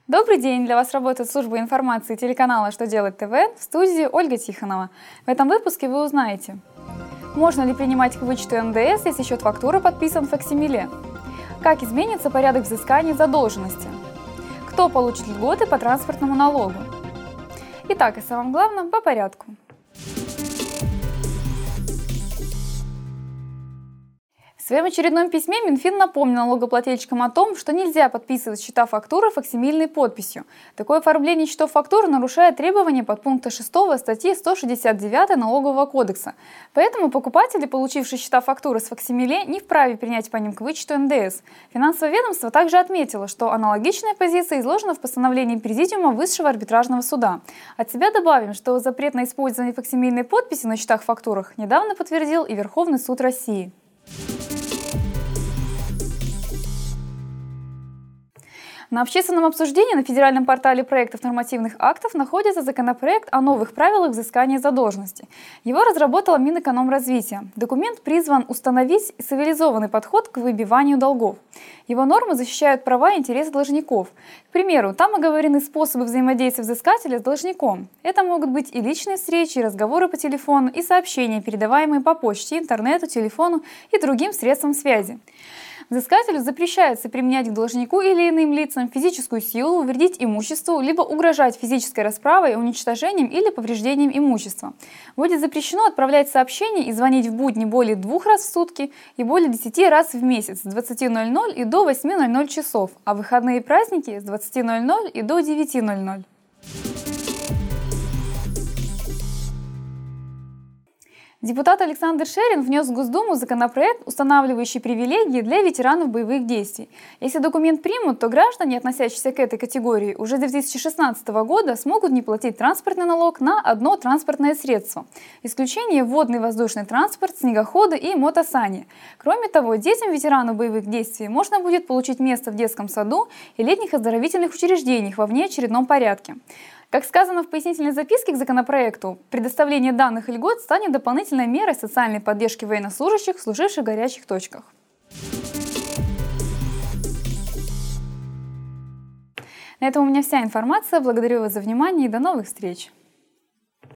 Добрый день! Для вас работает служба информации телеканала «Что делать ТВ», в студии Ольга Тихонова. В этом выпуске вы узнаете: можно ли принимать к вычету НДС, если счет фактуры подписан в факсимиле? Как изменится порядок взыскания задолженности? Кто получит льготы по транспортному налогу? Итак, о самом главном по порядку. В своем очередном письме Минфин напомнил налогоплательщикам о том, что нельзя подписывать счета фактуры факсимильной подписью. Такое оформление счетов фактур нарушает требования подпункта 6 статьи 169 Налогового кодекса. Поэтому покупатели, получившие счета фактуры с факсимиле, не вправе принять по ним к вычету НДС. Финансовое ведомство также отметило, что аналогичная позиция изложена в постановлении Президиума Высшего арбитражного суда. От себя добавим, что запрет на использование факсимильной подписи на счетах-фактурах недавно подтвердил и Верховный суд России. На общественном обсуждении на федеральном портале проектов нормативных актов находится законопроект о новых правилах взыскания задолженности. Его разработала Минэкономразвития. Документ призван установить цивилизованный подход к выбиванию долгов. Его нормы защищают права и интересы должников. К примеру, там оговорены способы взаимодействия взыскателя с должником. Это могут быть и личные встречи, и разговоры по телефону, и сообщения, передаваемые по почте, интернету, телефону и другим средствам связи. Взыскателю запрещается применять к должнику или иным лицам физическую силу, вредить имуществу, либо угрожать физической расправой, уничтожением или повреждением имущества. Будет запрещено отправлять сообщения и звонить в будни более 2 раз в сутки и более 10 раз в месяц с 20:00 и до 8:00 часов, а в выходные и праздники с 20:00 и до 9:00. Депутат Александр Шерин внес в Госдуму законопроект, устанавливающий привилегии для ветеранов боевых действий. Если документ примут, то граждане, относящиеся к этой категории, уже с 2016 года смогут не платить транспортный налог на одно транспортное средство. Исключение – водный и воздушный транспорт, снегоходы и мотосани. Кроме того, детям ветеранов боевых действий можно будет получить место в детском саду и летних оздоровительных учреждениях во внеочередном порядке. Как сказано в пояснительной записке к законопроекту, предоставление данных и льгот станет дополнительной мерой социальной поддержки военнослужащих, служивших в горячих точках. На этом у меня вся информация. Благодарю вас за внимание и до новых встреч!